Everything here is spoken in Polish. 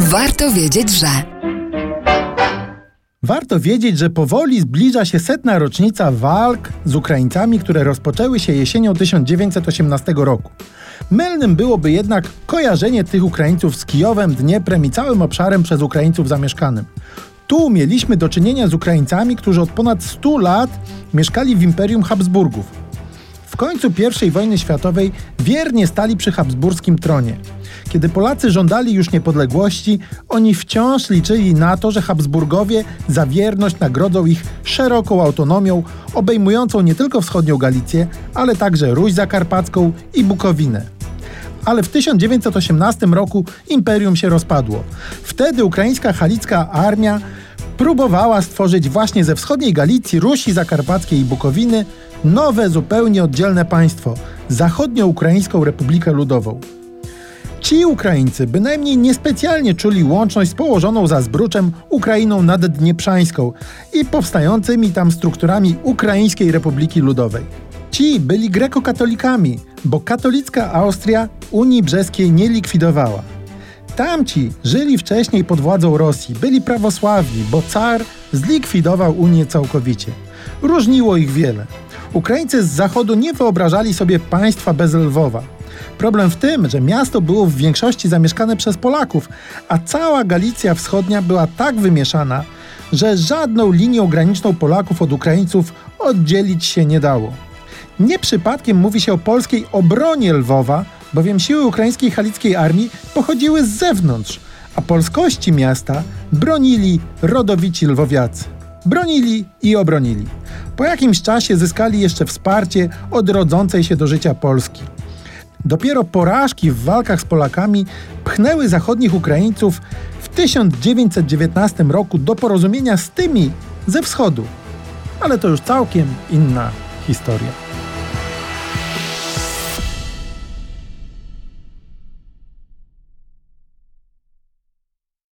Warto wiedzieć, że... Warto wiedzieć, że powoli zbliża się 100. rocznica walk z Ukraińcami, które rozpoczęły się jesienią 1918 roku. Mylnym byłoby jednak kojarzenie tych Ukraińców z Kijowem, Dnieprem i całym obszarem przez Ukraińców zamieszkanym. Tu mieliśmy do czynienia z Ukraińcami, którzy od ponad 100 lat mieszkali w Imperium Habsburgów. W końcu I wojny światowej wiernie stali przy habsburskim tronie. Kiedy Polacy żądali już niepodległości, oni wciąż liczyli na to, że Habsburgowie za wierność nagrodzą ich szeroką autonomią, obejmującą nie tylko wschodnią Galicję, ale także Ruś Zakarpacką i Bukowinę. Ale w 1918 roku imperium się rozpadło. Wtedy ukraińska halicka armia próbowała stworzyć właśnie ze wschodniej Galicji, Rusi Zakarpackiej i Bukowiny nowe, zupełnie oddzielne państwo – Zachodnio-Ukraińską Republikę Ludową. Ci Ukraińcy bynajmniej niespecjalnie czuli łączność z położoną za Zbruczem Ukrainą naddnieprzańską i powstającymi tam strukturami Ukraińskiej Republiki Ludowej. Ci byli grekokatolikami, bo katolicka Austria Unii Brzeskiej nie likwidowała. Tamci żyli wcześniej pod władzą Rosji, byli prawosławni, bo car zlikwidował Unię całkowicie. Różniło ich wiele. Ukraińcy z zachodu nie wyobrażali sobie państwa bez Lwowa. Problem w tym, że miasto było w większości zamieszkane przez Polaków, a cała Galicja Wschodnia była tak wymieszana, że żadną linią graniczną Polaków od Ukraińców oddzielić się nie dało. Nie przypadkiem mówi się o polskiej obronie Lwowa, bowiem siły ukraińskiej halickiej armii pochodziły z zewnątrz, a polskości miasta bronili rodowici lwowiacy. Bronili i obronili. Po jakimś czasie zyskali jeszcze wsparcie od rodzącej się do życia Polski. Dopiero porażki w walkach z Polakami pchnęły zachodnich Ukraińców w 1919 roku do porozumienia z tymi ze wschodu. Ale to już całkiem inna historia.